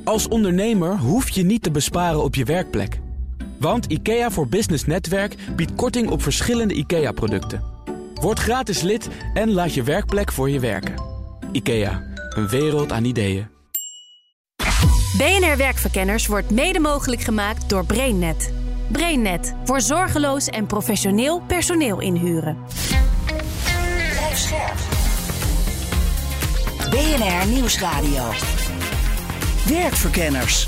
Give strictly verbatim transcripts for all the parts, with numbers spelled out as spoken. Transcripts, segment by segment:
Als ondernemer hoef je niet te besparen op je werkplek. Want IKEA voor Business Netwerk biedt korting op verschillende IKEA-producten. Word gratis lid en laat je werkplek voor je werken. IKEA, een wereld aan ideeën. B N R Werkverkenners wordt mede mogelijk gemaakt door BrainNet. BrainNet, voor zorgeloos en professioneel personeel inhuren. Blijf scherp. B N R Nieuwsradio. Werkverkenners.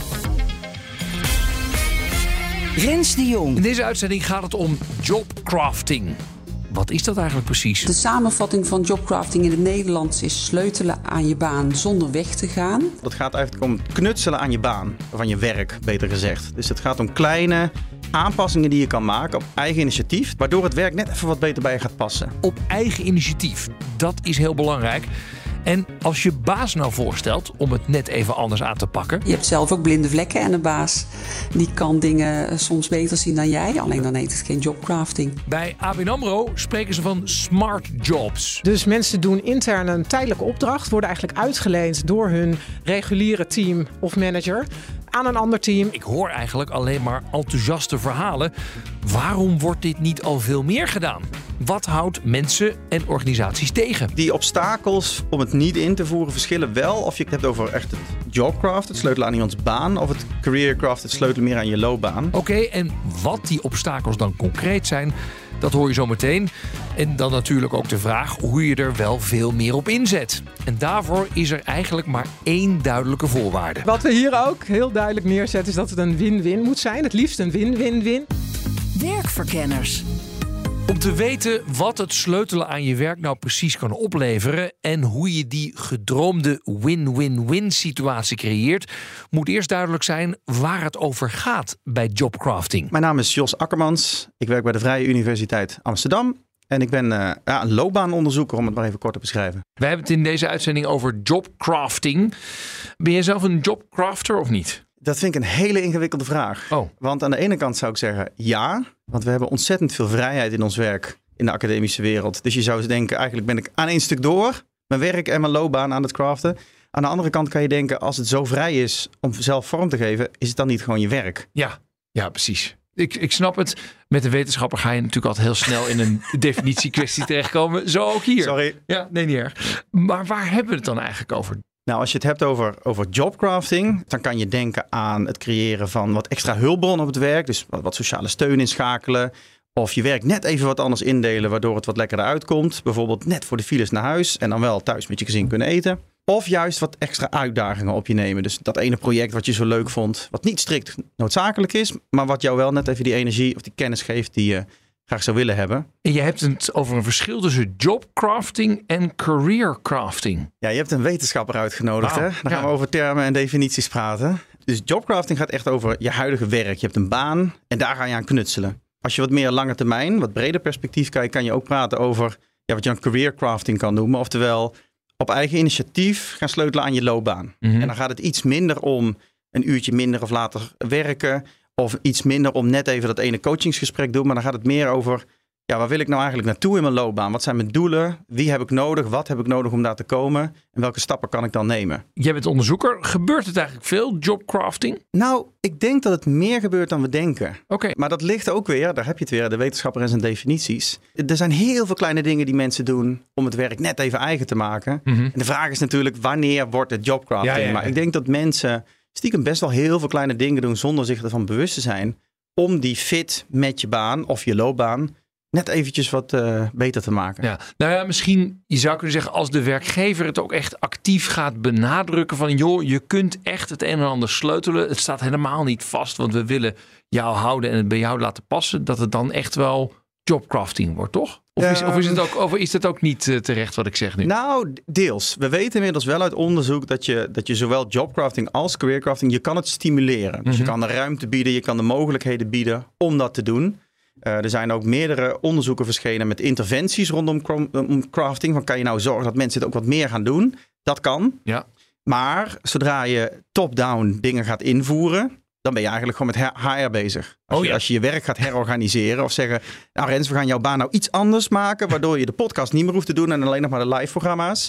Rens de Jong. In deze uitzending gaat het om jobcrafting. Wat is dat eigenlijk precies? De samenvatting van jobcrafting in het Nederlands is sleutelen aan je baan zonder weg te gaan. Dat gaat eigenlijk om knutselen aan je baan, van je werk, beter gezegd. Dus het gaat om kleine aanpassingen die je kan maken op eigen initiatief, waardoor het werk net even wat beter bij je gaat passen. Op eigen initiatief, dat is heel belangrijk. En als je baas nou voorstelt om het net even anders aan te pakken. Je hebt zelf ook blinde vlekken en een baas die kan dingen soms beter zien dan jij. Alleen dan heet het geen jobcrafting. Bij A B N AMRO spreken ze van smart jobs. Dus mensen doen intern een tijdelijke opdracht, worden eigenlijk uitgeleend door hun reguliere team of manager aan een ander team. Ik hoor eigenlijk alleen maar enthousiaste verhalen. Waarom wordt dit niet al veel meer gedaan? Wat houdt mensen en organisaties tegen? Die obstakels om het niet in te voeren verschillen wel of je het hebt over echt het jobcraft, het sleutelen aan iemands baan, of het careercraft, het sleutelen meer aan je loopbaan. Oké, okay, en wat die obstakels dan concreet zijn, dat hoor je zo meteen. En dan natuurlijk ook de vraag hoe je er wel veel meer op inzet. En daarvoor is er eigenlijk maar één duidelijke voorwaarde. Wat we hier ook heel duidelijk neerzetten is dat het een win-win moet zijn. Het liefst een win-win-win. Werkverkenners. Om te weten wat het sleutelen aan je werk nou precies kan opleveren en hoe je die gedroomde win-win-win situatie creëert, moet eerst duidelijk zijn waar het over gaat bij jobcrafting. Mijn naam is Jos Akkermans. Ik werk bij de Vrije Universiteit Amsterdam. En ik ben uh, ja, een loopbaanonderzoeker, om het maar even kort te beschrijven. Wij hebben het in deze uitzending over jobcrafting. Ben jij zelf een jobcrafter of niet? Dat vind ik een hele ingewikkelde vraag. Oh. Want aan de ene kant zou ik zeggen ja. Want we hebben ontzettend veel vrijheid in ons werk in de academische wereld. Dus je zou eens denken, eigenlijk ben ik aan één stuk door. Mijn werk en mijn loopbaan aan het craften. Aan de andere kant kan je denken, als het zo vrij is om zelf vorm te geven, is het dan niet gewoon je werk? Ja, ja precies. Ik, ik snap het. Met een wetenschapper ga je natuurlijk altijd heel snel in een definitiekwestie terechtkomen. Zo ook hier. Sorry. Ja, nee, niet erg. Maar waar hebben we het dan eigenlijk over? Nou, als je het hebt over, over jobcrafting, dan kan je denken aan het creëren van wat extra hulpbronnen op het werk. Dus wat, wat sociale steun inschakelen. Of je werk net even wat anders indelen, waardoor het wat lekkerder uitkomt. Bijvoorbeeld net voor de files naar huis en dan wel thuis met je gezin kunnen eten. Of juist wat extra uitdagingen op je nemen. Dus dat ene project wat je zo leuk vond, wat niet strikt noodzakelijk is, maar wat jou wel net even die energie of die kennis geeft die je graag zou willen hebben. En je hebt het over een verschil tussen jobcrafting en careercrafting. Ja, je hebt een wetenschapper uitgenodigd. Wow. Hè? Dan Ja. gaan we over termen en definities praten. Dus jobcrafting gaat echt over je huidige werk. Je hebt een baan en daar ga je aan knutselen. Als je wat meer lange termijn, wat breder perspectief kijkt, kan je ook praten over ja, wat je een careercrafting kan noemen. Oftewel op eigen initiatief gaan sleutelen aan je loopbaan. Mm-hmm. En dan gaat het iets minder om een uurtje minder of later werken. Of iets minder om net even dat ene coachingsgesprek doen. Maar dan gaat het meer over, ja, waar wil ik nou eigenlijk naartoe in mijn loopbaan? Wat zijn mijn doelen? Wie heb ik nodig? Wat heb ik nodig om daar te komen? En welke stappen kan ik dan nemen? Jij bent onderzoeker. Gebeurt het eigenlijk veel, jobcrafting? Nou, ik denk dat het meer gebeurt dan we denken. Oké. Okay. Maar dat ligt ook weer, daar heb je het weer, de wetenschapper en zijn definities. Er zijn heel veel kleine dingen die mensen doen om het werk net even eigen te maken. Mm-hmm. En de vraag is natuurlijk, wanneer wordt het jobcrafting? Ja, ja, ja. Maar ik denk dat mensen stiekem best wel heel veel kleine dingen doen zonder zich ervan bewust te zijn, om die fit met je baan of je loopbaan net eventjes wat uh, beter te maken. Ja. Nou ja, misschien, je zou kunnen zeggen, als de werkgever het ook echt actief gaat benadrukken van, joh, je kunt echt het een en ander sleutelen. Het staat helemaal niet vast, want we willen jou houden en het bij jou laten passen. Dat het dan echt wel jobcrafting wordt, toch? Of is, of is, het ook, of is dat ook niet uh, terecht wat ik zeg nu? Nou, deels. We weten inmiddels wel uit onderzoek dat je, dat je zowel jobcrafting als careercrafting, je kan het stimuleren. Dus mm-hmm. je kan de ruimte bieden, je kan de mogelijkheden bieden om dat te doen. Uh, er zijn ook meerdere onderzoeken verschenen met interventies rondom crafting. Van kan je nou zorgen dat mensen het ook wat meer gaan doen? Dat kan. Ja. Maar zodra je top-down dingen gaat invoeren, dan ben je eigenlijk gewoon met H R bezig. Als, oh, je, ja. als je je werk gaat herorganiseren of zeggen, nou Rens, we gaan jouw baan nou iets anders maken, waardoor je de podcast niet meer hoeft te doen en alleen nog maar de live programma's.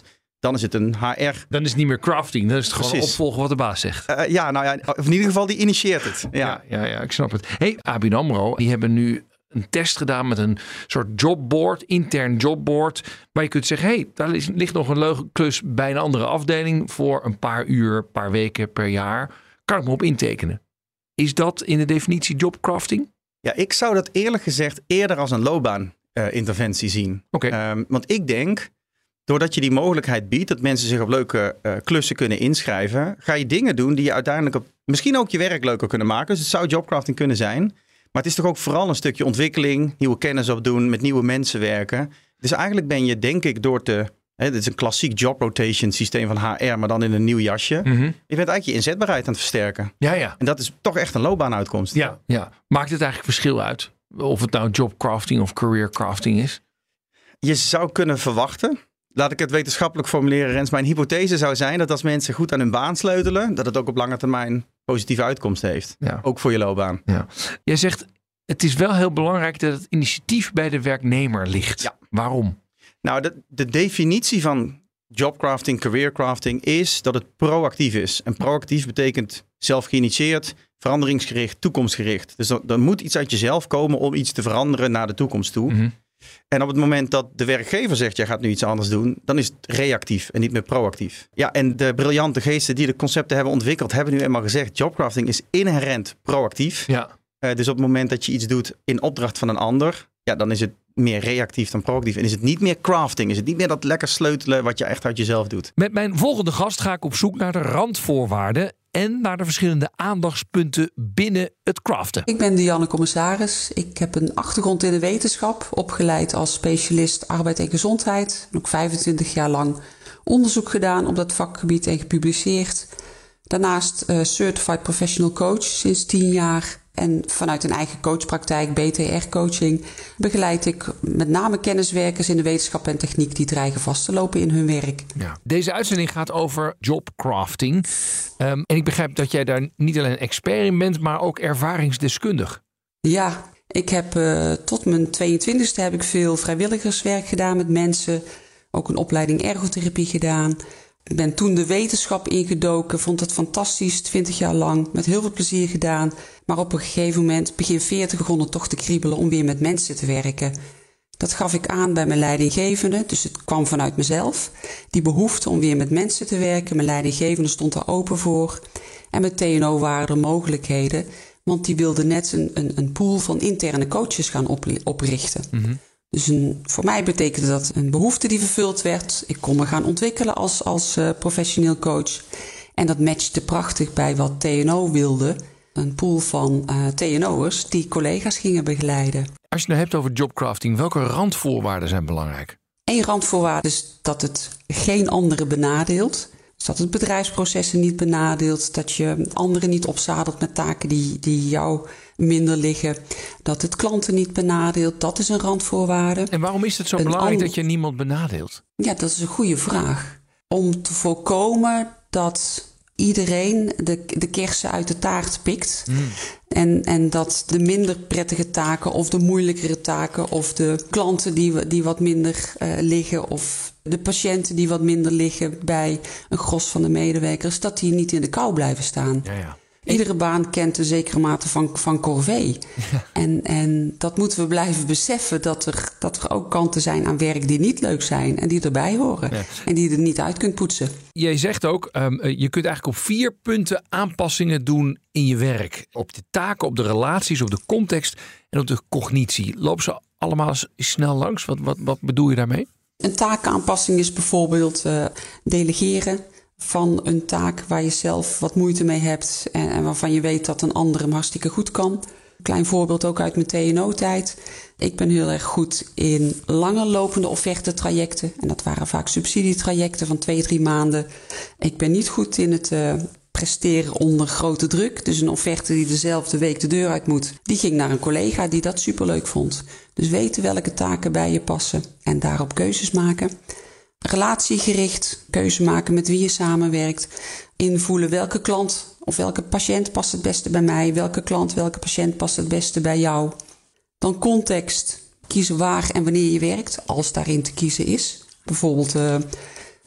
dan is het een H R. Dan is het niet meer crafting. Dan is het gewoon Precies. opvolgen wat de baas zegt. Uh, ja, nou ja, of in ieder geval die initieert het. Ja, Ja, ja, ja, ik snap het. Hey, A B N AMRO, die hebben nu een test gedaan met een soort jobboard, intern jobboard, waar je kunt zeggen, hey, daar ligt nog een leuke klus bij een andere afdeling voor een paar uur, een paar weken per jaar. Kan ik me op intekenen? Is dat in de definitie jobcrafting? Ja, ik zou dat eerlijk gezegd eerder als een loopbaaninterventie uh, zien. Oké. Okay. Um, want ik denk, doordat je die mogelijkheid biedt dat mensen zich op leuke uh, klussen kunnen inschrijven, ga je dingen doen die je uiteindelijk op, misschien ook je werk leuker kunnen maken. Dus het zou jobcrafting kunnen zijn. Maar het is toch ook vooral een stukje ontwikkeling, nieuwe kennis opdoen, met nieuwe mensen werken. Dus eigenlijk ben je, denk ik, door te... Hè, dit is een klassiek job rotation systeem van H R, maar dan in een nieuw jasje. Mm-hmm. Je bent eigenlijk je inzetbaarheid aan het versterken. Ja, ja. En dat is toch echt een loopbaanuitkomst. Ja, ja. Maakt het eigenlijk verschil uit? Of het nou jobcrafting of careercrafting is? Je zou kunnen verwachten, laat ik het wetenschappelijk formuleren, Rens. Mijn hypothese zou zijn dat als mensen goed aan hun baan sleutelen, dat het ook op lange termijn positieve uitkomst heeft. Ja. Ook voor je loopbaan. Ja. Jij zegt, het is wel heel belangrijk dat het initiatief bij de werknemer ligt. Ja. Waarom? Nou, de, de definitie van jobcrafting, careercrafting is dat het proactief is. En proactief betekent zelf geïnitieerd, veranderingsgericht, toekomstgericht. Dus er, er moet iets uit jezelf komen om iets te veranderen naar de toekomst toe. Mm-hmm. En op het moment dat de werkgever zegt, jij gaat nu iets anders doen, dan is het reactief en niet meer proactief. Ja, en de briljante geesten die de concepten hebben ontwikkeld, hebben nu eenmaal gezegd, jobcrafting is inherent proactief. Ja. Uh, dus op het moment dat je iets doet in opdracht van een ander, ja, dan is het meer reactief dan proactief. En is het niet meer crafting, is het niet meer dat lekker sleutelen wat je echt uit jezelf doet. Met mijn volgende gast ga ik op zoek naar de randvoorwaarden en naar de verschillende aandachtspunten binnen het craften. Ik ben Dianne Commissaris. Ik heb een achtergrond in de wetenschap, opgeleid als specialist arbeid en gezondheid. En ook vijfentwintig jaar lang onderzoek gedaan op dat vakgebied en gepubliceerd. Daarnaast uh, Certified Professional Coach sinds tien jaar. En vanuit een eigen coachpraktijk, B T R-coaching, begeleid ik met name kenniswerkers in de wetenschap en techniek die dreigen vast te lopen in hun werk. Ja. Deze uitzending gaat over jobcrafting. Um, en ik begrijp dat jij daar niet alleen expert in bent, maar ook ervaringsdeskundig. Ja, ik heb uh, tot mijn tweeëntwintigste heb ik veel vrijwilligerswerk gedaan met mensen. Ook een opleiding ergotherapie gedaan. Ik ben toen de wetenschap ingedoken, vond het fantastisch, twintig jaar lang, met heel veel plezier gedaan. Maar op een gegeven moment, begin veertig, begon het toch te kriebelen om weer met mensen te werken. Dat gaf ik aan bij mijn leidinggevende, dus het kwam vanuit mezelf. Die behoefte om weer met mensen te werken, mijn leidinggevende stond daar open voor. En met T N O waren er mogelijkheden, want die wilde net een, een, een pool van interne coaches gaan op, oprichten. Mm-hmm. Dus een, voor mij betekende dat een behoefte die vervuld werd. Ik kon me gaan ontwikkelen als, als uh, professioneel coach. En dat matchte prachtig bij wat T N O wilde. Een pool van uh, T N O'ers die collega's gingen begeleiden. Als je het nou hebt over jobcrafting, welke randvoorwaarden zijn belangrijk? Eén randvoorwaarde is dat het geen anderen benadeelt. Dus dat het bedrijfsprocessen niet benadeelt. Dat je anderen niet opzadelt met taken die, die jou minder liggen. Dat het klanten niet benadeelt. Dat is een randvoorwaarde. En waarom is het zo een belangrijk and... dat je niemand benadeelt? Ja, dat is een goede vraag. Om te voorkomen dat iedereen de, de kersen uit de taart pikt. Mm. En, en dat de minder prettige taken of de moeilijkere taken of de klanten die, die wat minder uh, liggen of de patiënten die wat minder liggen bij een gros van de medewerkers, dat die niet in de kou blijven staan. Ja, ja. Iedere baan kent een zekere mate van, van corvée. Ja. En, en dat moeten we blijven beseffen, dat er, dat er ook kanten zijn aan werk die niet leuk zijn en die erbij horen. Ja. En die je er niet uit kunt poetsen. Jij zegt ook, um, je kunt eigenlijk op vier punten aanpassingen doen in je werk. Op de taken, op de relaties, op de context en op de cognitie. Lopen ze allemaal eens snel langs? Wat, wat, wat bedoel je daarmee? Een taakaanpassing is bijvoorbeeld uh, delegeren van een taak waar je zelf wat moeite mee hebt en, en waarvan je weet dat een ander hem hartstikke goed kan. Klein voorbeeld ook uit mijn T N O-tijd. Ik ben heel erg goed in langer lopende offertetrajecten. En dat waren vaak subsidietrajecten van twee, drie maanden. Ik ben niet goed in het uh, presteren onder grote druk. Dus een offerte die dezelfde week de deur uit moet, die ging naar een collega die dat superleuk vond. Dus weten welke taken bij je passen en daarop keuzes maken. Relatiegericht, keuze maken met wie je samenwerkt. Invoelen welke klant of welke patiënt past het beste bij mij. Welke klant, welke patiënt past het beste bij jou. Dan context, kiezen waar en wanneer je werkt, als daarin te kiezen is. Bijvoorbeeld uh,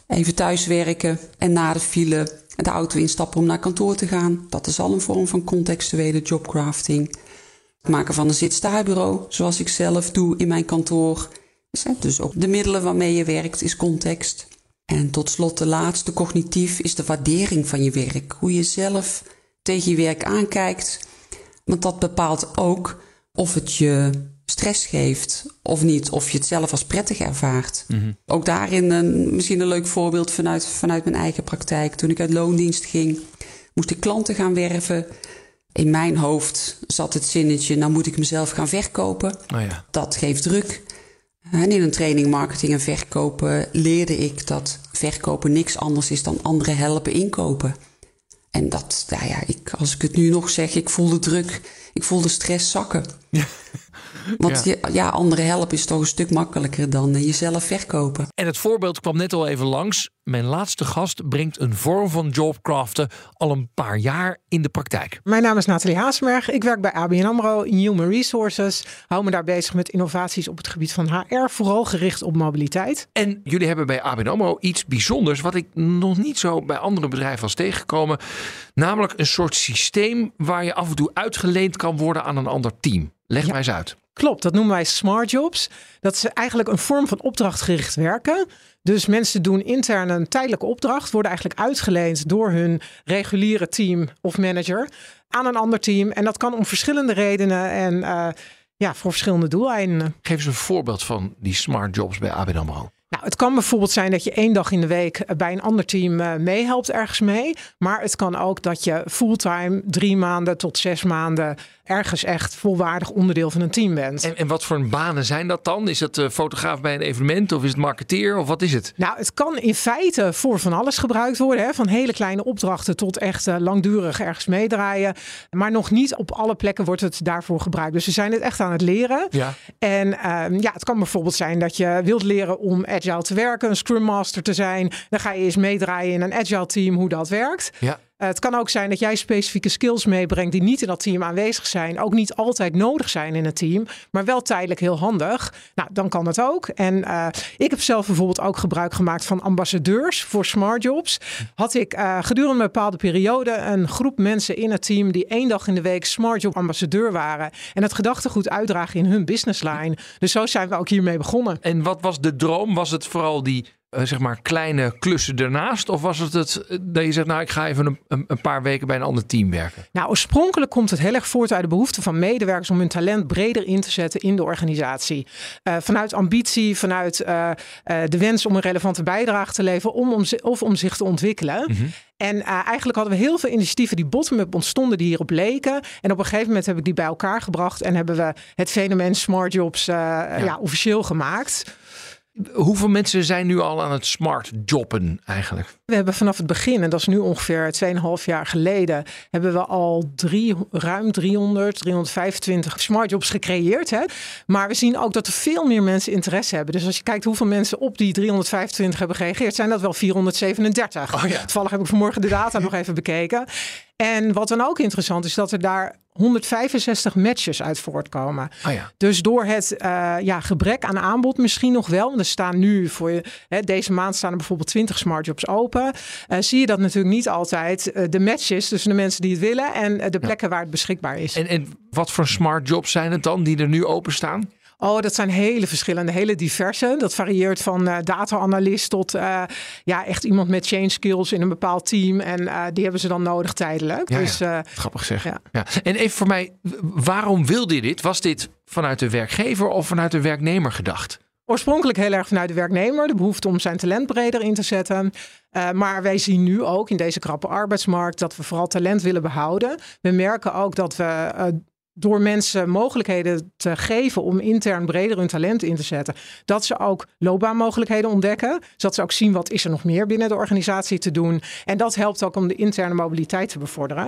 Even thuiswerken en na de file de auto instappen om naar kantoor te gaan. Dat is al een vorm van contextuele jobcrafting. Het maken van een zit-sta-bureau, zoals ik zelf doe in mijn kantoor. Dus ook de middelen waarmee je werkt is context. En tot slot de laatste, cognitief, is de waardering van je werk. Hoe je zelf tegen je werk aankijkt. Want dat bepaalt ook of het je stress geeft of niet. Of je het zelf als prettig ervaart. Mm-hmm. Ook daarin een, misschien een leuk voorbeeld vanuit, vanuit mijn eigen praktijk. Toen ik uit loondienst ging, moest ik klanten gaan werven. In mijn hoofd zat het zinnetje, nou moet ik mezelf gaan verkopen. Oh ja. Dat geeft druk. En in een training marketing en verkopen leerde ik dat verkopen niks anders is dan anderen helpen inkopen. En dat, nou ja, ik, als ik het nu nog zeg, ik voel de druk, ik voel de stress zakken. Ja. Want ja. Je, ja, anderen helpen is toch een stuk makkelijker dan jezelf verkopen. En het voorbeeld kwam net al even langs. Mijn laatste gast brengt een vorm van jobcraften al een paar jaar in de praktijk. Mijn naam is Nathalie Haasberg. Ik werk bij A B N AMRO in Human Resources. Hou me daar bezig met innovaties op het gebied van H R, vooral gericht op mobiliteit. En jullie hebben bij A B N AMRO iets bijzonders wat ik nog niet zo bij andere bedrijven was tegengekomen. Namelijk een soort systeem waar je af en toe uitgeleend kan worden aan een ander team. Leg ja. mij eens uit. Klopt, dat noemen wij smart jobs. Dat is eigenlijk een vorm van opdrachtgericht werken. Dus mensen doen intern een tijdelijke opdracht, worden eigenlijk uitgeleend door hun reguliere team of manager aan een ander team. En dat kan om verschillende redenen en uh, ja, voor verschillende doeleinden. Geef eens een voorbeeld van die smart jobs bij A B N AMRO. Nou, het kan bijvoorbeeld zijn dat je één dag in de week bij een ander team meehelpt ergens mee. Maar het kan ook dat je fulltime drie maanden tot zes maanden ergens echt volwaardig onderdeel van een team bent. En, en wat voor banen zijn dat dan? Is dat uh, fotograaf bij een evenement of is het marketeer of wat is het? Nou, het kan in feite voor van alles gebruikt worden. Hè? Van hele kleine opdrachten tot echt uh, langdurig ergens meedraaien. Maar nog niet op alle plekken wordt het daarvoor gebruikt. Dus we zijn het echt aan het leren. Ja. En uh, ja, het kan bijvoorbeeld zijn dat je wilt leren om agile te werken, een Scrum Master te zijn. Dan ga je eens meedraaien in een agile team hoe dat werkt. Ja. Uh, het kan ook zijn dat jij specifieke skills meebrengt die niet in dat team aanwezig zijn. Ook niet altijd nodig zijn in het team, maar wel tijdelijk heel handig. Nou, dan kan het ook. En uh, ik heb zelf bijvoorbeeld ook gebruik gemaakt van ambassadeurs voor smart jobs. Had ik uh, gedurende een bepaalde periode een groep mensen in het team die één dag in de week smart job ambassadeur waren. En het gedachtegoed uitdragen in hun businessline. Dus zo zijn we ook hiermee begonnen. En wat was de droom? Was het vooral die Uh, zeg maar kleine klussen ernaast? Of was het het dat je zegt, nou ik ga even een, een paar weken bij een ander team werken? Nou, oorspronkelijk komt het heel erg voort uit de behoefte van medewerkers om hun talent breder in te zetten in de organisatie. Uh, vanuit ambitie, vanuit uh, uh, de wens om een relevante bijdrage te leveren om, om, of om zich te ontwikkelen. Mm-hmm. En uh, eigenlijk hadden we heel veel initiatieven die bottom-up ontstonden die hierop leken. En op een gegeven moment heb ik die bij elkaar gebracht en hebben we het fenomeen smart jobs uh, ja. Ja, officieel gemaakt. Hoeveel mensen zijn nu al aan het smart jobben eigenlijk? We hebben vanaf het begin, en dat is nu ongeveer twee komma vijf jaar geleden, hebben we al drie, ruim driehonderd, driehonderdvijfentwintig smart jobs gecreëerd. Hè? Maar we zien ook dat er veel meer mensen interesse hebben. Dus als je kijkt hoeveel mensen op die driehonderdvijfentwintig hebben gereageerd, zijn dat wel vierhonderdzevenendertig. Oh ja. Toevallig heb ik vanmorgen de data nog even bekeken. En wat dan ook interessant is, dat er daar honderdvijfenzestig matches uit voortkomen. Oh ja. Dus door het uh, ja, gebrek aan aanbod misschien nog wel. Want er staan nu voor je, hè, deze maand staan er bijvoorbeeld twintig smart jobs open. Uh, zie je dat natuurlijk niet altijd uh, de matches tussen de mensen die het willen en uh, de plekken ja. waar het beschikbaar is. En, en wat voor smart jobs zijn het dan die er nu openstaan? Oh, dat zijn hele verschillende, hele diverse. Dat varieert van uh, data-analyst tot uh, ja, echt iemand met change skills in een bepaald team. En uh, die hebben ze dan nodig tijdelijk. Ja, dus, ja. Uh, grappig zeg. Ja. Ja. En even voor mij, waarom wilde je dit? Was dit vanuit de werkgever of vanuit de werknemer gedacht? Oorspronkelijk heel erg vanuit de werknemer. De behoefte om zijn talent breder in te zetten. Uh, maar wij zien nu ook in deze krappe arbeidsmarkt dat we vooral talent willen behouden. We merken ook dat we Uh, door mensen mogelijkheden te geven om intern breder hun talent in te zetten, dat ze ook loopbaanmogelijkheden ontdekken. Zodat ze ook zien wat is er nog meer binnen de organisatie te doen. En dat helpt ook om de interne mobiliteit te bevorderen.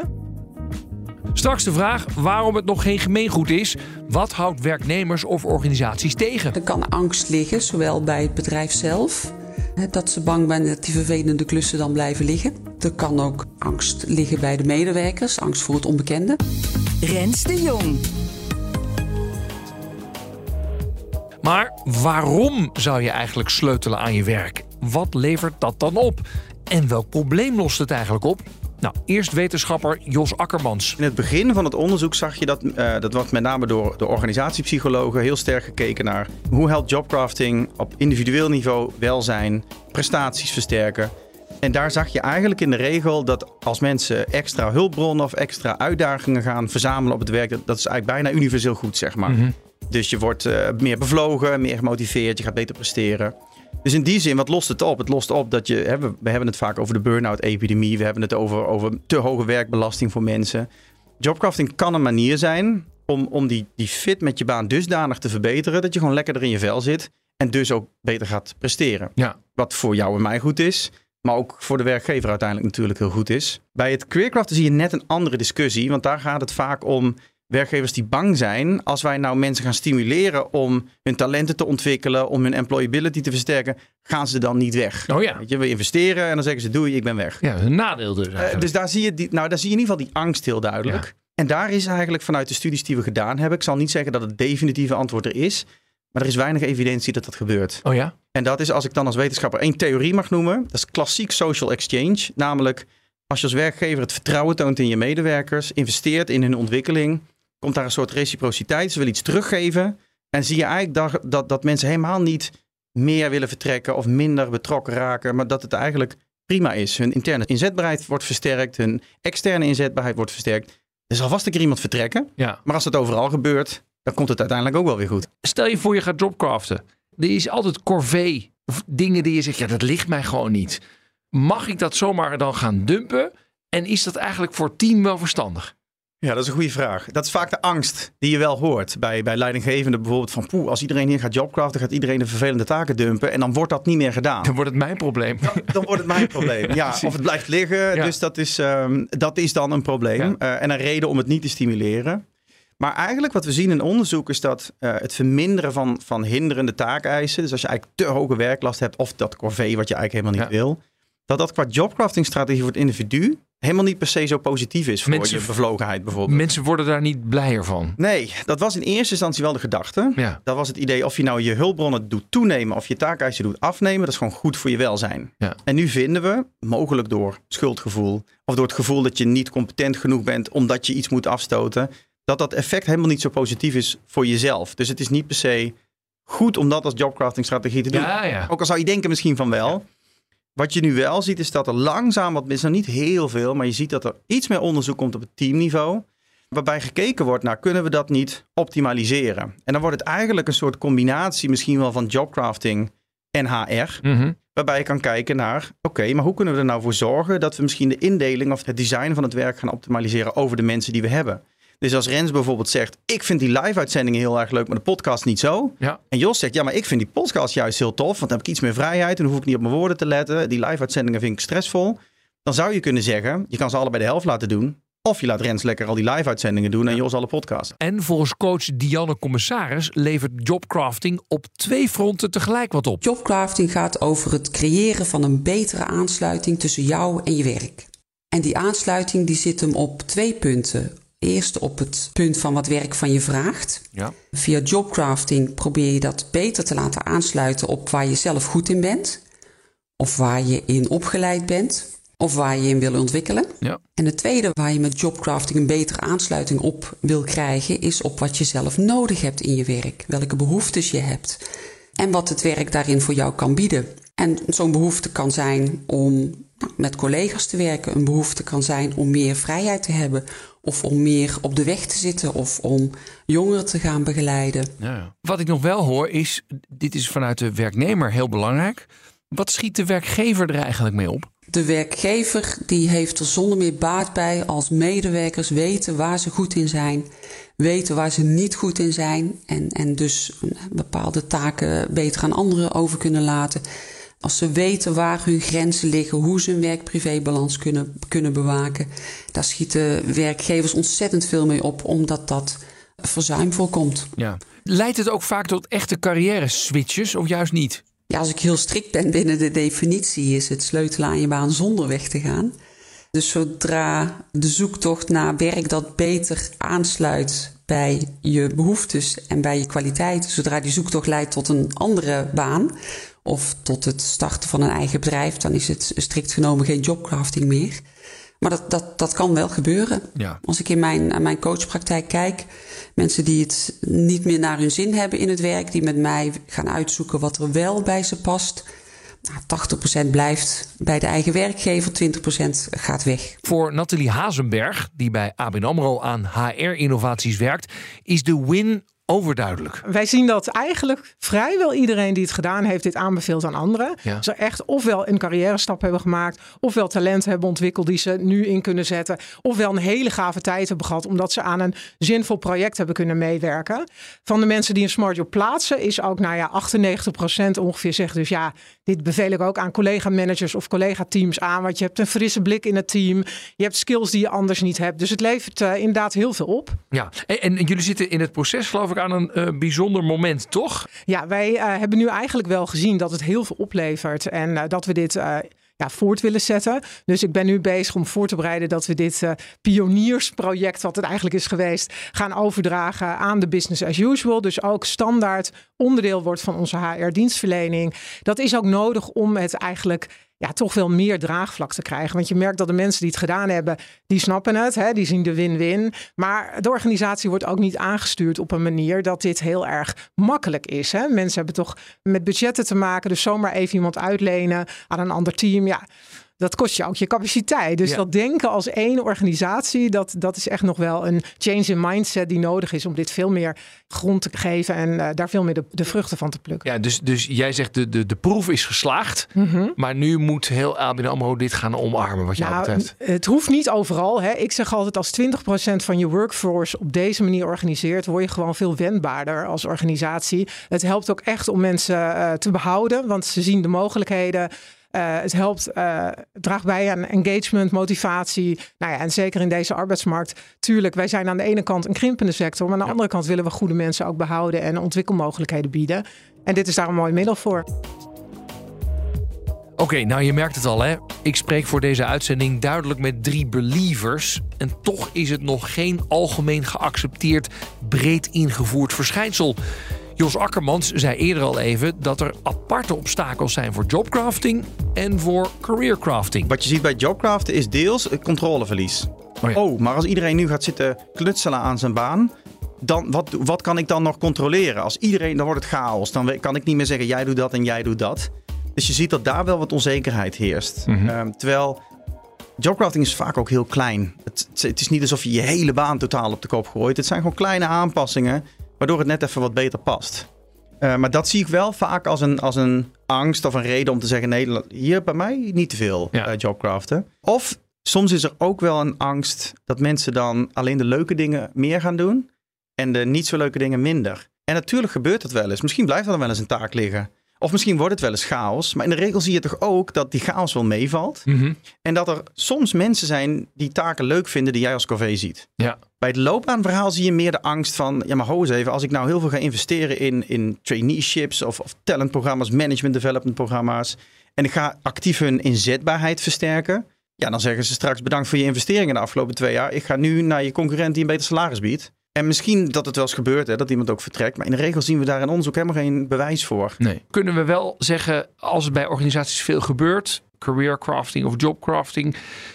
Straks de vraag waarom het nog geen gemeengoed is. Wat houdt werknemers of organisaties tegen? Er kan angst liggen, zowel bij het bedrijf zelf, dat ze bang zijn dat die vervelende klussen dan blijven liggen. Er kan ook angst liggen bij de medewerkers, angst voor het onbekende. Rens de Jong. Maar waarom zou je eigenlijk sleutelen aan je werk? wat levert dat dan op? En welk probleem lost het eigenlijk op? Nou, eerst wetenschapper Jos Akkermans. In het begin van het onderzoek zag je dat, uh, dat wordt met name door de organisatiepsychologen heel sterk gekeken naar hoe helpt jobcrafting op individueel niveau welzijn, prestaties versterken. En daar zag je eigenlijk in de regel dat als mensen extra hulpbronnen of extra uitdagingen gaan verzamelen op het werk, dat, dat is eigenlijk bijna universeel goed, zeg maar. Mm-hmm. Dus je wordt uh, meer bevlogen, meer gemotiveerd, je gaat beter presteren. Dus in die zin, wat lost het op? Het lost op dat je, hè, we, we hebben het vaak over de burn-out-epidemie. We hebben het over, over te hoge werkbelasting voor mensen. Jobcrafting kan een manier zijn om, om die, die fit met je baan dusdanig te verbeteren dat je gewoon lekkerder in je vel zit en dus ook beter gaat presteren. Ja. Wat voor jou en mij goed is, maar ook voor de werkgever uiteindelijk natuurlijk heel goed is. Bij het careercraften zie je net een andere discussie, want daar gaat het vaak om werkgevers die bang zijn als wij nou mensen gaan stimuleren om hun talenten te ontwikkelen, om hun employability te versterken, gaan ze dan niet weg. Oh ja. Weet je, we investeren en dan zeggen ze doei, ik ben weg. Ja, een nadeel dus eigenlijk. Uh, dus daar zie, je die, nou, daar zie je in ieder geval die angst heel duidelijk. Ja. En daar is eigenlijk vanuit de studies die we gedaan hebben, ik zal niet zeggen dat het definitieve antwoord er is, maar er is weinig evidentie dat dat gebeurt. Oh ja? En dat is, als ik dan als wetenschapper één theorie mag noemen, dat is klassiek social exchange, namelijk als je als werkgever het vertrouwen toont in je medewerkers, investeert in hun ontwikkeling, komt daar een soort reciprociteit. Ze willen iets teruggeven. En zie je eigenlijk dat, dat, dat mensen helemaal niet meer willen vertrekken of minder betrokken raken. Maar dat het eigenlijk prima is. Hun interne inzetbaarheid wordt versterkt. Hun externe inzetbaarheid wordt versterkt. Er zal vast een keer iemand vertrekken. Ja. Maar als dat overal gebeurt, dan komt het uiteindelijk ook wel weer goed. Stel je voor je gaat jobcraften. Er is altijd corvée. Of dingen die je zegt, ja, dat ligt mij gewoon niet. Mag ik dat zomaar dan gaan dumpen? En is dat eigenlijk voor het team wel verstandig? Ja, dat is een goede vraag. Dat is vaak de angst die je wel hoort bij, bij leidinggevenden bijvoorbeeld van poeh, als iedereen hier gaat jobcraften, gaat iedereen de vervelende taken dumpen en dan wordt dat niet meer gedaan. Dan wordt het mijn probleem. Dan, dan wordt het mijn probleem, ja. Of het blijft liggen, ja. Dus dat is, um, dat is dan een probleem ja. uh, en een reden om het niet te stimuleren. Maar eigenlijk wat we zien in onderzoek is dat uh, het verminderen van, van hinderende taakeisen, dus als je eigenlijk te hoge werklast hebt of dat corvée wat je eigenlijk helemaal niet ja. wil, dat dat qua jobcrafting-strategie voor het individu helemaal niet per se zo positief is voor mensen, je bevlogenheid bijvoorbeeld. Mensen worden daar niet blijer van. Nee, dat was in eerste instantie wel de gedachte. Ja. Dat was het idee of je nou je hulpbronnen doet toenemen of je taakeisen doet afnemen. Dat is gewoon goed voor je welzijn. Ja. En nu vinden we, mogelijk door schuldgevoel of door het gevoel dat je niet competent genoeg bent omdat je iets moet afstoten, dat dat effect helemaal niet zo positief is voor jezelf. Dus het is niet per se goed om dat als jobcrafting-strategie te doen. Ja, ja. Ook al zou je denken misschien van wel. Ja. Wat je nu wel ziet is dat er langzaam, wat is nog niet heel veel, maar je ziet dat er iets meer onderzoek komt op het teamniveau. Waarbij gekeken wordt naar, kunnen we dat niet optimaliseren? En dan wordt het eigenlijk een soort combinatie misschien wel van jobcrafting en H R. Mm-hmm. Waarbij je kan kijken naar, oké, okay, maar hoe kunnen we er nou voor zorgen dat we misschien de indeling of het design van het werk gaan optimaliseren over de mensen die we hebben? Dus als Rens bijvoorbeeld zegt, ik vind die live-uitzendingen heel erg leuk, maar de podcast niet zo. Ja. En Jos zegt, ja, maar ik vind die podcast juist heel tof, want dan heb ik iets meer vrijheid en dan hoef ik niet op mijn woorden te letten. Die live-uitzendingen vind ik stressvol. Dan zou je kunnen zeggen, je kan ze allebei de helft laten doen. Of je laat Rens lekker al die live-uitzendingen doen en Jos alle podcasts. En volgens coach Dianne Commissaris levert jobcrafting op twee fronten tegelijk wat op. Jobcrafting gaat over het creëren van een betere aansluiting tussen jou en je werk. En die aansluiting die zit hem op twee punten. Eerst op het punt van wat werk van je vraagt. Ja. Via jobcrafting probeer je dat beter te laten aansluiten op waar je zelf goed in bent. Of waar je in opgeleid bent. Of waar je in wil ontwikkelen. Ja. En het tweede waar je met jobcrafting een betere aansluiting op wil krijgen, is op wat je zelf nodig hebt in je werk. Welke behoeftes je hebt. En wat het werk daarin voor jou kan bieden. En zo'n behoefte kan zijn om nou, met collega's te werken. Een behoefte kan zijn om meer vrijheid te hebben. Of om meer op de weg te zitten. Of om jongeren te gaan begeleiden. Ja. Wat ik nog wel hoor is, dit is vanuit de werknemer heel belangrijk. Wat schiet de werkgever er eigenlijk mee op? De werkgever die heeft er zonder meer baat bij als medewerkers weten waar ze goed in zijn. Weten waar ze niet goed in zijn. En, en dus bepaalde taken beter aan anderen over kunnen laten. Als ze weten waar hun grenzen liggen, hoe ze hun werk-privé-balans kunnen, kunnen bewaken. Daar schieten werkgevers ontzettend veel mee op, omdat dat verzuim voorkomt. Ja. Leidt het ook vaak tot echte carrière-switches of juist niet? Ja, als ik heel strikt ben binnen de definitie, is het sleutelen aan je baan zonder weg te gaan. Dus zodra de zoektocht naar werk dat beter aansluit bij je behoeftes en bij je kwaliteiten, zodra die zoektocht leidt tot een andere baan of tot het starten van een eigen bedrijf. Dan is het strikt genomen geen jobcrafting meer. Maar dat, dat, dat kan wel gebeuren. Ja. Als ik in mijn, aan mijn coachpraktijk kijk, mensen die het niet meer naar hun zin hebben in het werk, die met mij gaan uitzoeken wat er wel bij ze past. Nou, tachtig procent blijft bij de eigen werkgever, twintig procent gaat weg. Voor Nathalie Hazenberg, die bij A B N AMRO aan H R-innovaties werkt, is de win overduidelijk. Wij zien dat eigenlijk vrijwel iedereen die het gedaan heeft dit aanbeveelt aan anderen. Ja. Ze echt ofwel een carrière stap hebben gemaakt, ofwel talenten hebben ontwikkeld die ze nu in kunnen zetten, ofwel een hele gave tijd hebben gehad omdat ze aan een zinvol project hebben kunnen meewerken. Van de mensen die een smart job plaatsen is ook nou ja, achtennegentig procent ongeveer zegt dus ja, dit beveel ik ook aan collega-managers of collega-teams aan, want je hebt een frisse blik in het team, je hebt skills die je anders niet hebt. Dus het levert uh, inderdaad heel veel op. Ja, en, en jullie zitten in het proces geloof ik aan een uh, bijzonder moment, toch? Ja, wij uh, hebben nu eigenlijk wel gezien dat het heel veel oplevert en uh, dat we dit uh, ja, voort willen zetten. Dus ik ben nu bezig om voor te bereiden dat we dit uh, pioniersproject, wat het eigenlijk is geweest, gaan overdragen aan de business as usual. Dus ook standaard onderdeel wordt van onze H R-dienstverlening. Dat is ook nodig om het eigenlijk ja, toch wel meer draagvlak te krijgen. Want je merkt dat de mensen die het gedaan hebben, die snappen het. Hè? Die zien de win-win. Maar de organisatie wordt ook niet aangestuurd op een manier dat dit heel erg makkelijk is. Hè? Mensen hebben toch met budgetten te maken. Dus zomaar even iemand uitlenen aan een ander team. Ja, dat kost je ook je capaciteit. Dus ja. dat denken als één organisatie, dat, dat is echt nog wel een change in mindset die nodig is om dit veel meer grond te geven en uh, daar veel meer de, de vruchten van te plukken. Ja, dus, dus jij zegt de, de, de proef is geslaagd, mm-hmm. maar nu moet heel A B N AMRO dit gaan omarmen wat jou nou, betreft. Het hoeft niet overal. Hè. Ik zeg altijd als twintig procent van je workforce op deze manier organiseert, word je gewoon veel wendbaarder als organisatie. Het helpt ook echt om mensen uh, te behouden, want ze zien de mogelijkheden. Uh, het helpt, uh, draagt bij aan engagement, motivatie. Nou ja, en zeker in deze arbeidsmarkt. Tuurlijk, wij zijn aan de ene kant een krimpende sector, maar aan de ja. andere kant willen we goede mensen ook behouden en ontwikkelmogelijkheden bieden. En dit is daar een mooi middel voor. Oké, okay, nou je merkt het al hè. Ik spreek voor deze uitzending duidelijk met drie believers. En toch is het nog geen algemeen geaccepteerd, breed ingevoerd verschijnsel. Jos Akkermans zei eerder al even dat er aparte obstakels zijn voor jobcrafting en voor careercrafting. Wat je ziet bij jobcraften is deels controleverlies. Oh, ja. oh, maar als iedereen nu gaat zitten knutselen aan zijn baan, dan, wat, wat kan ik dan nog controleren? Als iedereen, dan wordt het chaos. Dan kan ik niet meer zeggen, jij doet dat en jij doet dat. Dus je ziet dat daar wel wat onzekerheid heerst. Mm-hmm. Um, terwijl jobcrafting is vaak ook heel klein. Het, het is niet alsof je je hele baan totaal op de kop gooit. Het zijn gewoon kleine aanpassingen, waardoor het net even wat beter past. Uh, maar dat zie ik wel vaak als een, als een angst of een reden om te zeggen, nee, hier bij mij niet te veel ja. uh, jobcraften. Of soms is er ook wel een angst dat mensen dan alleen de leuke dingen meer gaan doen en de niet zo leuke dingen minder. En natuurlijk gebeurt dat wel eens. Misschien blijft er dan wel eens een taak liggen. Of misschien wordt het wel eens chaos. Maar in de regel zie je toch ook dat die chaos wel meevalt. Mm-hmm. En dat er soms mensen zijn die taken leuk vinden die jij als corvée ziet. Ja. Bij het loopbaanverhaal zie je meer de angst van, ja maar ho eens even, als ik nou heel veel ga investeren in, in traineeships of, of talentprogramma's, management development programma's. En ik ga actief hun inzetbaarheid versterken. Ja, dan zeggen ze straks bedankt voor je investeringen de afgelopen twee jaar. Ik ga nu naar je concurrent die een beter salaris biedt. En misschien dat het wel eens gebeurt, hè, dat iemand ook vertrekt. Maar in de regel zien we daar in onderzoek helemaal geen bewijs voor. Nee. Kunnen we wel zeggen, als er bij organisaties veel gebeurt, careercrafting of jobcrafting,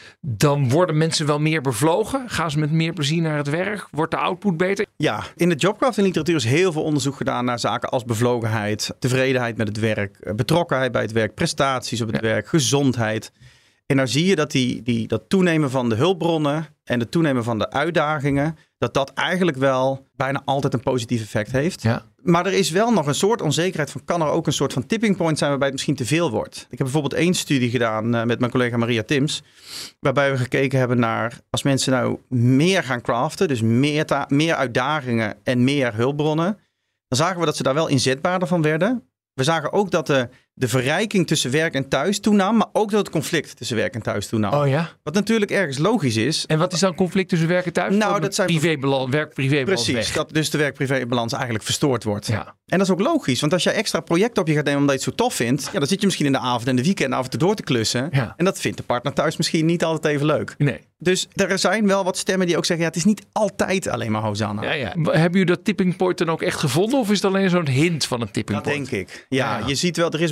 dan worden mensen wel meer bevlogen? Gaan ze met meer plezier naar het werk? Wordt de output beter? Ja, in de jobcrafting literatuur is heel veel onderzoek gedaan naar zaken als bevlogenheid, tevredenheid met het werk, betrokkenheid bij het werk, prestaties op het ja. werk, gezondheid. En nou zie je dat die, die, dat toenemen van de hulpbronnen en het toenemen van de uitdagingen, dat dat eigenlijk wel bijna altijd een positief effect heeft. Ja. Maar er is wel nog een soort onzekerheid van, kan er ook een soort van tipping point zijn waarbij het misschien te veel wordt. Ik heb bijvoorbeeld één studie gedaan uh, met mijn collega Maria Tims, waarbij we gekeken hebben naar, als mensen nou meer gaan craften, dus meer, ta- meer uitdagingen en meer hulpbronnen, dan zagen we dat ze daar wel inzetbaarder van werden. We zagen ook dat de, de verrijking tussen werk en thuis toenam, maar ook dat het conflict tussen werk en thuis toenam. Oh ja? Wat natuurlijk ergens logisch is. En wat is dan conflict tussen werk en thuis? Nou, dat zijn privébalans, werk-privébalans Precies, weg. dat dus de werk-privébalans eigenlijk verstoord wordt. Ja. En dat is ook logisch, want als jij extra projecten op je gaat nemen omdat je het zo tof vindt, ja, dan zit je misschien in de avond en de weekend af en toe door te klussen. Ja. En dat vindt de partner thuis misschien niet altijd even leuk. Nee. Dus er zijn wel wat stemmen die ook zeggen, ja, het is niet altijd alleen maar Hosanna. Ja, ja. Hebben jullie dat tipping point dan ook echt gevonden? Of is het alleen zo'n hint van een tipping dat point? Dat denk ik. Ja, ja, je ziet wel, er is bijvoorbeeld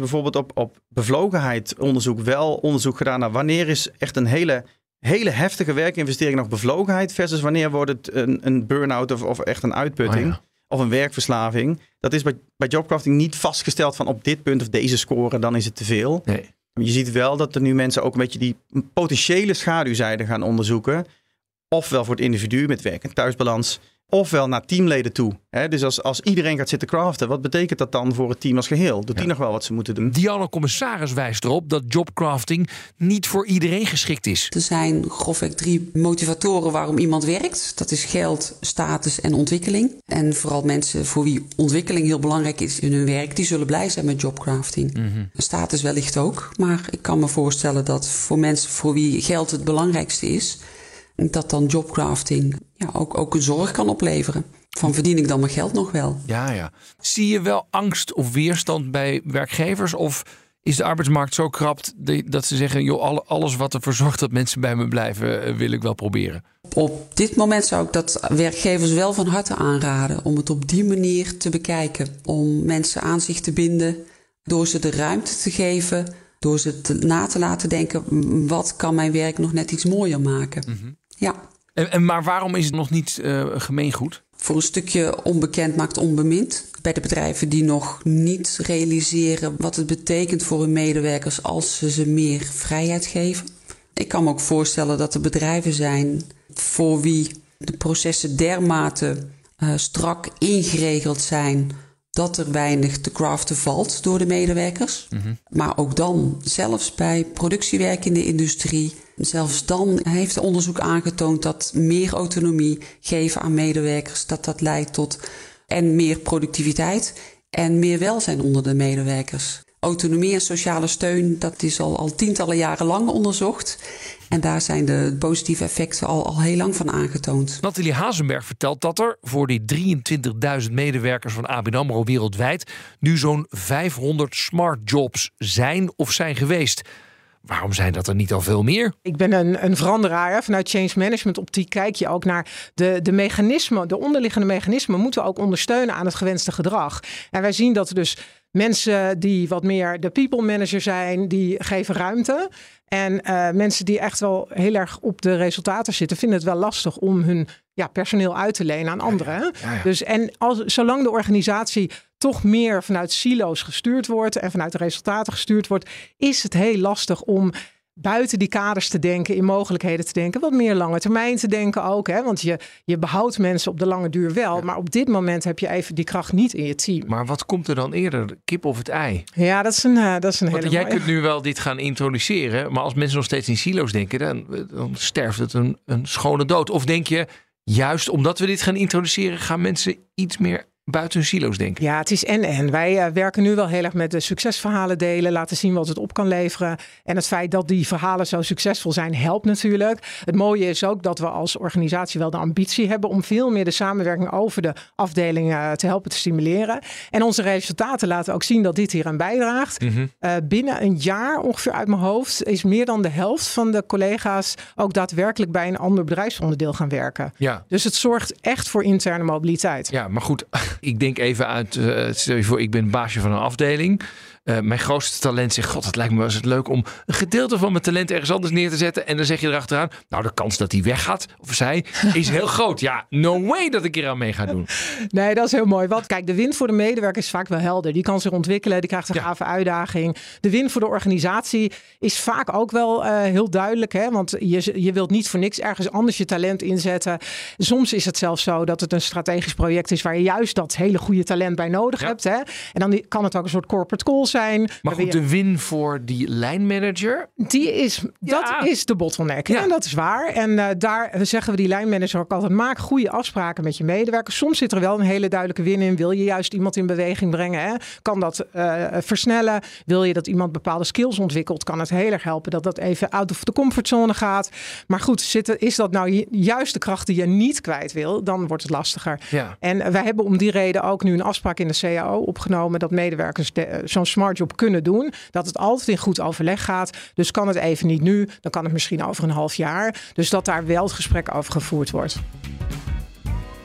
bijvoorbeeld op, op bevlogenheid onderzoek wel onderzoek gedaan naar wanneer is echt een hele, hele heftige werkinvestering nog bevlogenheid versus wanneer wordt het een, een burn-out of, of echt een uitputting. Oh ja. Of een werkverslaving. Dat is bij, bij jobcrafting niet vastgesteld van op dit punt of deze score, dan is het te veel. Nee. Je ziet wel dat er nu mensen ook een beetje die potentiële schaduwzijde gaan onderzoeken. Ofwel voor het individu met werk- en thuisbalans. Ofwel naar teamleden toe. He, dus als, als iedereen gaat zitten craften, wat betekent dat dan voor het team als geheel? Doet die ja. nog wel wat ze moeten doen? Dianne Commissaris wijst erop dat jobcrafting niet voor iedereen geschikt is. Er zijn grofweg drie motivatoren waarom iemand werkt. Dat is geld, status en ontwikkeling. En vooral mensen voor wie ontwikkeling heel belangrijk is in hun werk, die zullen blij zijn met jobcrafting. Mm-hmm. Status wellicht ook. Maar ik kan me voorstellen dat voor mensen voor wie geld het belangrijkste is, dat dan jobcrafting ja, ook, ook een zorg kan opleveren. Van verdien ik dan mijn geld nog wel? Ja, ja. Zie je wel angst of weerstand bij werkgevers? Of is de arbeidsmarkt zo krap dat ze zeggen, joh, alles wat ervoor zorgt dat mensen bij me blijven, wil ik wel proberen? Op dit moment zou ik dat werkgevers wel van harte aanraden om het op die manier te bekijken. Om mensen aan zich te binden, door ze de ruimte te geven, door ze te, na te laten denken, wat kan mijn werk nog net iets mooier maken? Mm-hmm. Ja. En, en, maar waarom is het nog niet uh, gemeengoed? Voor een stukje onbekend maakt onbemind. Bij de bedrijven die nog niet realiseren wat het betekent voor hun medewerkers als ze ze meer vrijheid geven. Ik kan me ook voorstellen dat er bedrijven zijn voor wie de processen dermate uh, strak ingeregeld zijn dat er weinig te craften valt door de medewerkers. Mm-hmm. Maar ook dan, zelfs bij productiewerk in de industrie, zelfs dan heeft het onderzoek aangetoond dat meer autonomie geven aan medewerkers, dat dat leidt tot en meer productiviteit en meer welzijn onder de medewerkers. Autonomie en sociale steun, dat is al, al tientallen jaren lang onderzocht. En daar zijn de positieve effecten al, al heel lang van aangetoond. Nathalie Hazenberg vertelt dat er voor die drieëntwintigduizend medewerkers van A B N AMRO wereldwijd nu zo'n vijfhonderd smart jobs zijn of zijn geweest. Waarom zijn dat er niet al veel meer? Ik ben een, een veranderaar. Hè. Vanuit change management optiek kijk je ook naar de, de mechanismen. De onderliggende mechanismen moeten we ook ondersteunen aan het gewenste gedrag. En wij zien dat er dus mensen die wat meer de people manager zijn, die geven ruimte. En uh, mensen die echt wel heel erg op de resultaten zitten, vinden het wel lastig om hun ja, personeel uit te lenen aan anderen. Ja, ja. Ja, ja. Dus, en als, zolang de organisatie toch meer vanuit silo's gestuurd wordt en vanuit de resultaten gestuurd wordt, is het heel lastig om buiten die kaders te denken, in mogelijkheden te denken, wat meer lange termijn te denken ook. Hè? Want je, je behoudt mensen op de lange duur wel, ja. Maar op dit moment heb je even die kracht niet in je team. Maar wat komt er dan eerder? Kip of het ei? Ja, dat is een, uh, dat is een Want hele jij mooie. kunt nu wel dit gaan introduceren, maar als mensen nog steeds in silo's denken, dan, dan sterft het een, een schone dood. Of denk je, juist omdat we dit gaan introduceren, gaan mensen iets meer buiten hun silo's denken? Ja, het is en en. Wij uh, werken nu wel heel erg met de succesverhalen delen, laten zien wat het op kan leveren. En het feit dat die verhalen zo succesvol zijn, helpt natuurlijk. Het mooie is ook dat we als organisatie wel de ambitie hebben om veel meer de samenwerking over de afdelingen te helpen te stimuleren. En onze resultaten laten ook zien dat dit hier aan bijdraagt. Mm-hmm. Uh, binnen een jaar, ongeveer uit mijn hoofd, is meer dan de helft van de collega's ook daadwerkelijk bij een ander bedrijfsonderdeel gaan werken. Ja. Dus het zorgt echt voor interne mobiliteit. Ja, maar goed. Ik denk even uit, uh, stel je voor, ik ben baasje van een afdeling. Uh, mijn grootste talent zegt, god, het lijkt me wel eens leuk om een gedeelte van mijn talent ergens anders neer te zetten. En dan zeg je erachteraan, nou, de kans dat hij weggaat, of zij, is heel groot. Ja, no way dat ik hier aan mee ga doen. Nee, dat is heel mooi. Want kijk, de win voor de medewerker is vaak wel helder. Die kan zich ontwikkelen, die krijgt een ja. gave uitdaging. De win voor de organisatie is vaak ook wel uh, heel duidelijk. Hè? Want je, je wilt niet voor niks ergens anders je talent inzetten. Soms is het zelfs zo dat het een strategisch project is waar je juist dat hele goede talent bij nodig ja. hebt. Hè? En dan kan het ook een soort corporate goal zijn. Maar goed, de win voor die lijnmanager? Die is, dat ja. is de bottleneck. Ja. En dat is waar. En uh, daar zeggen we die lijnmanager ook altijd, maak goede afspraken met je medewerkers. Soms zit er wel een hele duidelijke win in. Wil je juist iemand in beweging brengen? Hè? Kan dat uh, versnellen? Wil je dat iemand bepaalde skills ontwikkelt? Kan het heel erg helpen dat dat even out of de comfortzone gaat? Maar goed, zit, is dat nou juist de kracht die je niet kwijt wil? Dan wordt het lastiger. Ja. En wij hebben om die reden ook nu een afspraak in de C A O opgenomen dat medewerkers de, zo'n smart job kunnen doen. Dat het altijd in goed overleg gaat. Dus kan het even niet nu, dan kan het misschien over een half jaar. Dus dat daar wel het gesprek over gevoerd wordt.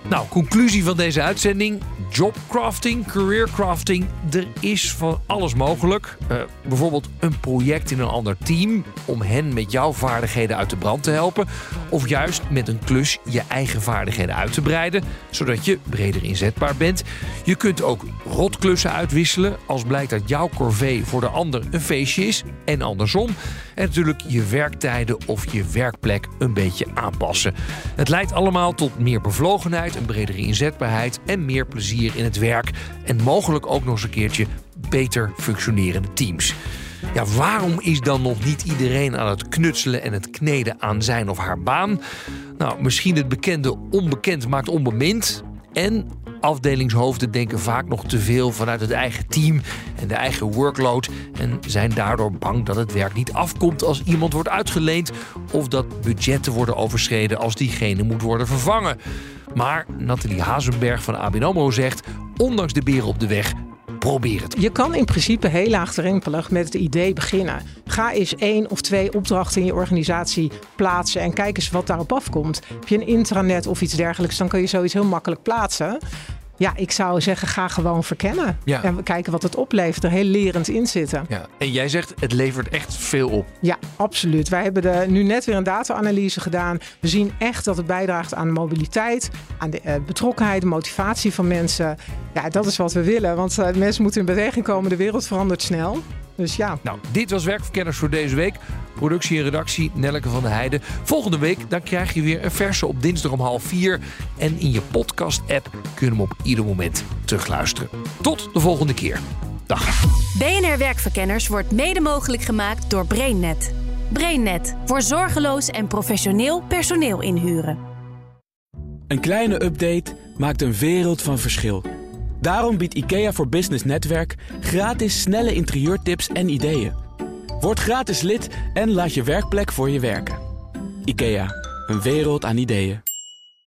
Nou, conclusie van deze uitzending. Jobcrafting, careercrafting. Er is van alles mogelijk. Uh, bijvoorbeeld een project in een ander team om hen met jouw vaardigheden uit de brand te helpen. Of juist met een klus je eigen vaardigheden uit te breiden, zodat je breder inzetbaar bent. Je kunt ook rotklussen uitwisselen als blijkt dat jouw corvée voor de ander een feestje is en andersom. En natuurlijk je werktijden of je werkplek een beetje aanpassen. Het leidt allemaal tot meer bevlogenheid, een bredere inzetbaarheid en meer plezier in het werk. En mogelijk ook nog eens een keertje beter functionerende teams. Ja, waarom is dan nog niet iedereen aan het knutselen en het kneden aan zijn of haar baan? Nou, misschien het bekende onbekend maakt onbemind. En afdelingshoofden denken vaak nog te veel vanuit het eigen team en de eigen workload en zijn daardoor bang dat het werk niet afkomt als iemand wordt uitgeleend of dat budgetten worden overschreden als diegene moet worden vervangen. Maar Nathalie Hazenberg van A B N AMRO zegt, ondanks de beren op de weg, probeer het. Je kan in principe heel laagdrempelig met het idee beginnen. Ga eens één of twee opdrachten in je organisatie plaatsen en kijk eens wat daarop afkomt. Heb je een intranet of iets dergelijks, dan kun je zoiets heel makkelijk plaatsen. Ja, ik zou zeggen, ga gewoon verkennen. Ja. En kijken wat het oplevert. Er heel lerend in zitten. Ja. En jij zegt, het levert echt veel op. Ja, absoluut. Wij hebben de, nu net weer een data-analyse gedaan. We zien echt dat het bijdraagt aan de mobiliteit, aan de uh, betrokkenheid, de motivatie van mensen. Ja, dat is wat we willen. Want uh, mensen moeten in beweging komen. De wereld verandert snel. Dus ja. Nou, dit was Werkverkenners voor deze week. Productie en redactie Nelleke van der Heijden. Volgende week dan krijg je weer een verse op dinsdag om half vier. En in je podcast-app kun je hem op ieder moment terugluisteren. Tot de volgende keer. Dag. B N R Werkverkenners wordt mede mogelijk gemaakt door BrainNet. BrainNet voor zorgeloos en professioneel personeel inhuren. Een kleine update maakt een wereld van verschil. Daarom biedt IKEA voor Business Netwerk gratis snelle interieurtips en ideeën. Word gratis lid en laat je werkplek voor je werken. IKEA, een wereld aan ideeën.